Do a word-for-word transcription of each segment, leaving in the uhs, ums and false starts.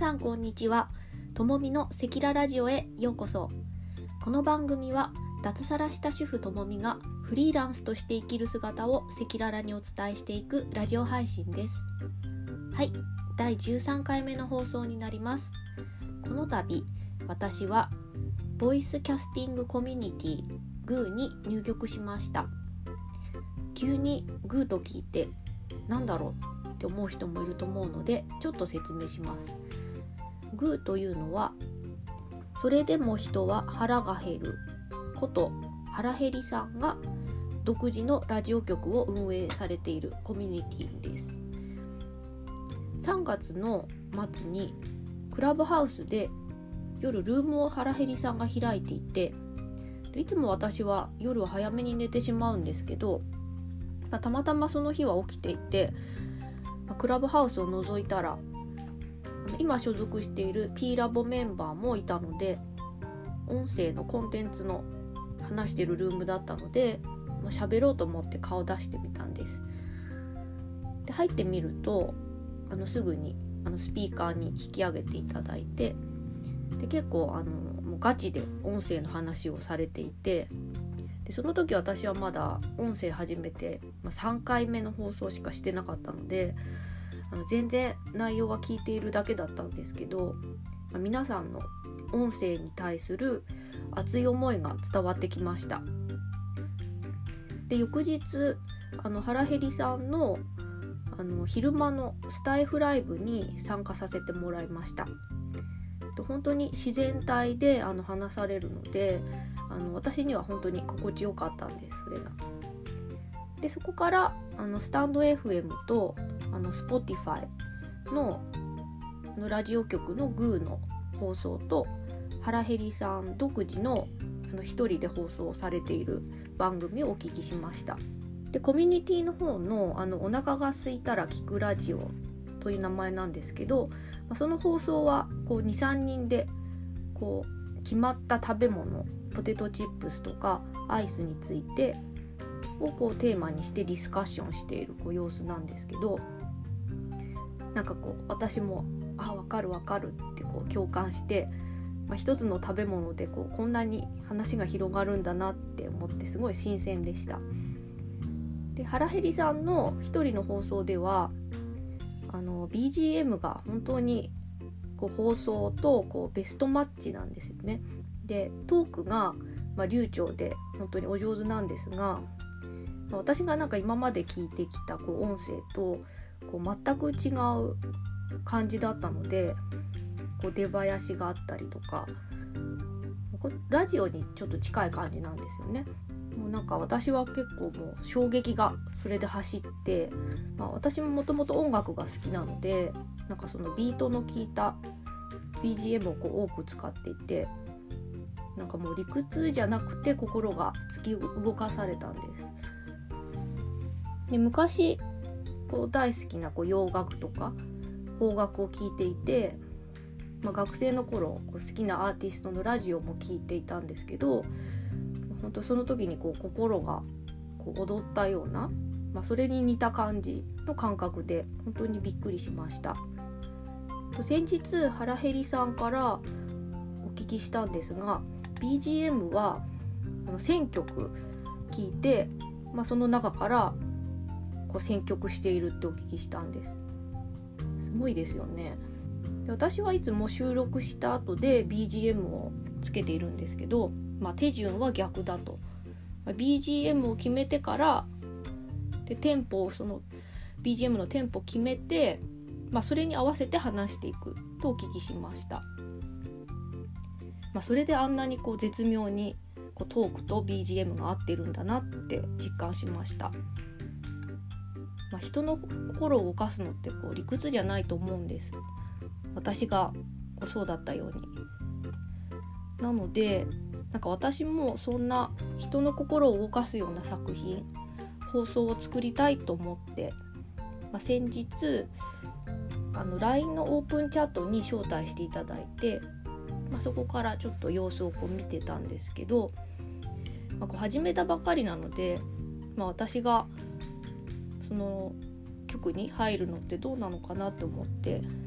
さんこんにちは。ともみのセキララジオへようこそ。この番組は脱サラした主婦ともみがフリーランスとして生きる姿をセキララにお伝えしていくラジオ配信です。はい、だいじゅうさんかいめの放送になります。この度私はボイスキャスティングコミュニティ グー に入局しました。急に グー と聞いてなんだろうって思う人もいると思うので、ちょっと説明します。グーというのは、それでも人は腹が減ること腹減りさんが独自のラジオ局を運営されているコミュニティです。さんがつの末にクラブハウスで夜ルームを腹減りさんが開いていて、いつも私は夜は早めに寝てしまうんですけど、たまたまその日は起きていて、クラブハウスを覗いたら今所属している P ラボメンバーもいたので、音声のコンテンツの話しているルームだったので、まあ、喋ろうと思って顔出してみたんです。で入ってみるとあのすぐにあのスピーカーに引き上げていただいて、で結構あのもうガチで音声の話をされていて、でその時私はまだ音声始めて、まあ、さんかいめの放送しかしてなかったので、あの全然内容は聞いているだけだったんですけど、まあ、皆さんの音声に対する熱い思いが伝わってきました。で翌日あの腹減りさんのあの昼間のスタイフライブに参加させてもらいました。で本当に自然体であの話されるので、あの私には本当に心地よかったんです。それがでそこからあのスタンド エフエム とあの Spotify の, のラジオ局の グー の放送と腹減りさん独自のあの一人で放送されている番組をお聞きしました。でコミュニティの方のあのお腹が空いたら聞くラジオという名前なんですけど、まあ、その放送はこう にさんにんでこう決まった食べ物、ポテトチップスとかアイスについてをこうテーマにしてディスカッションしているこう様子なんですけど、なんかこう私もあ分かる分かるってこう共感して、まあ、一つの食べ物でこうこんなに話が広がるんだなって思ってすごい新鮮でした。で腹減りさんの一人の放送ではあの ビージーエム が本当にこう放送とこうベストマッチなんですよね。でトークが、まあ、流暢で本当にお上手なんですが、まあ、私がなんか今まで聞いてきたこう音声とこう全く違う感じだったので、こう出囃子があったりとか、ラジオにちょっと近い感じなんですよね。もうなんか私は結構もう衝撃がそれで走って、まあ、私ももともと音楽が好きなので、なんかそのビートの効いた ビージーエム をこう多く使っていて、なんかもう理屈じゃなくて心が突き動かされたんです。で昔こう大好きなこう洋楽とか邦楽を聴いていて、まあ、学生の頃こう好きなアーティストのラジオも聴いていたんですけど、本当その時にこう心がこう踊ったような、まあ、それに似た感じの感覚で本当にびっくりしました。先日腹減りさんからお聞きしたんですが、 ビージーエム はあのせんきょく聴いて、まあ、その中からこう選曲しているってお聞きしたんです。すごいですよね。で私はいつも収録した後で ビージーエム をつけているんですけど、まあ、手順は逆だと、まあ、ビージーエム を決めてからでテンポをその ビージーエム のテンポを決めて、まあ、それに合わせて話していくとお聞きしました。まあ、それであんなにこう絶妙にこうトークと ビージーエム が合ってるんだなって実感しました。まあ、人の心を動かすのってこう理屈じゃないと思うんです。私がこうそうだったように。なのでなんか私もそんな人の心を動かすような作品、放送を作りたいと思って、まあ、先日あの ライン のオープンチャットに招待していただいて、まあ、そこからちょっと様子をこう見てたんですけど、まあ、こう始めたばかりなので、まあ、私がその局に入るのってどうなのかなと思って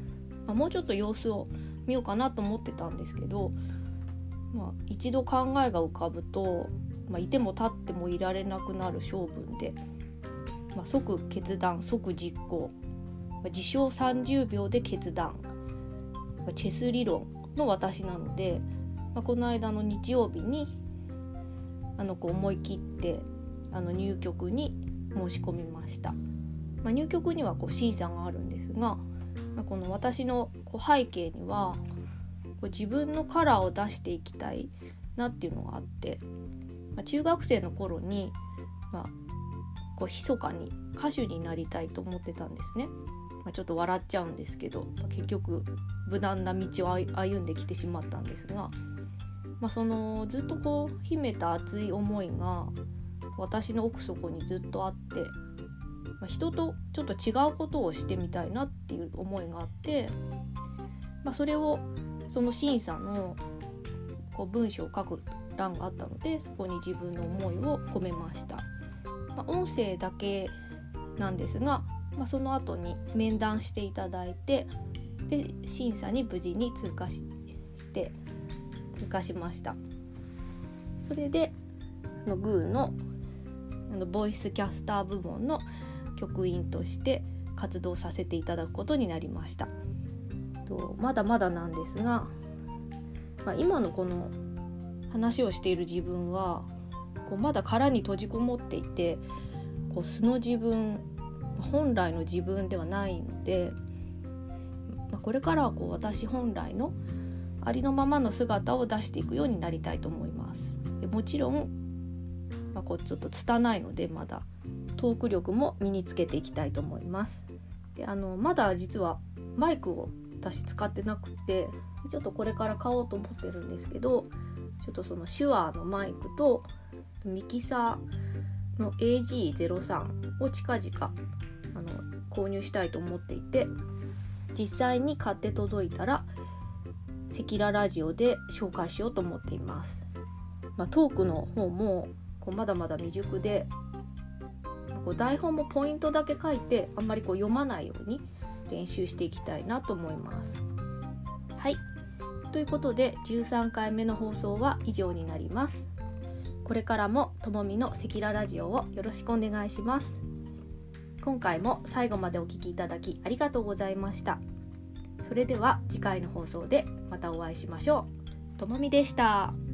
まあ、もうちょっと様子を見ようかなと思ってたんですけど、まあ、一度考えが浮かぶと、まあ、いても立ってもいられなくなる性分で、まあ、即決断即実行、まあ、事象さんじゅうびょうで決断、まあ、チェス理論の私なので、まあ、この間の日曜日にあのこう思い切ってあの入局に申し込みました。まあ、入局にはこう審査があるんですが、まあ、この私のこう背景にはこう自分のカラーを出していきたいなっていうのがあって、まあ、中学生の頃に、まあ、こう密かに歌手になりたいと思ってたんですね。まあ、ちょっと笑っちゃうんですけど、まあ、結局無難な道を歩んできてしまったんですが、まあ、そのずっとこう秘めた熱い思いが私の奥底にずっとあって、まあ、人とちょっと違うことをしてみたいなっていう思いがあって、まあ、それをその審査のこう文章を書く欄があったので、そこに自分の思いを込めました。まあ、音声だけなんですが、まあ、その後に面談していただいて、で審査に無事に通過 し, して通過しました。それであのグーのあのボイスキャスター部門の局員として活動させていただくことになりました。とまだまだなんですが、まあ、今のこの話をしている自分はこうまだ殻に閉じこもっていて、こう素の自分、本来の自分ではないので、まあ、これからはこう私本来のありのままの姿を出していくようになりたいと思います。でもちろん、まあ、こうちょっと拙いのでまだトーク力も身につけていきたいと思います。であのまだ実はマイクを私使ってなくて、ちょっとこれから買おうと思ってるんですけど、ちょっとその手話のマイクとミキサーの エージーゼロさん を近々あの購入したいと思っていて、実際に買って届いたらセキララジオで紹介しようと思っています。まあ、トークの方もこうまだまだ未熟で、こう台本もポイントだけ書いてあんまりこう読まないように練習していきたいなと思います。はい、ということでじゅうさんかいめの放送は以上になります。これからもともみのセキララジオをよろしくお願いします。今回も最後までお聞きいただきありがとうございました。それでは次回の放送でまたお会いしましょう。ともみでした。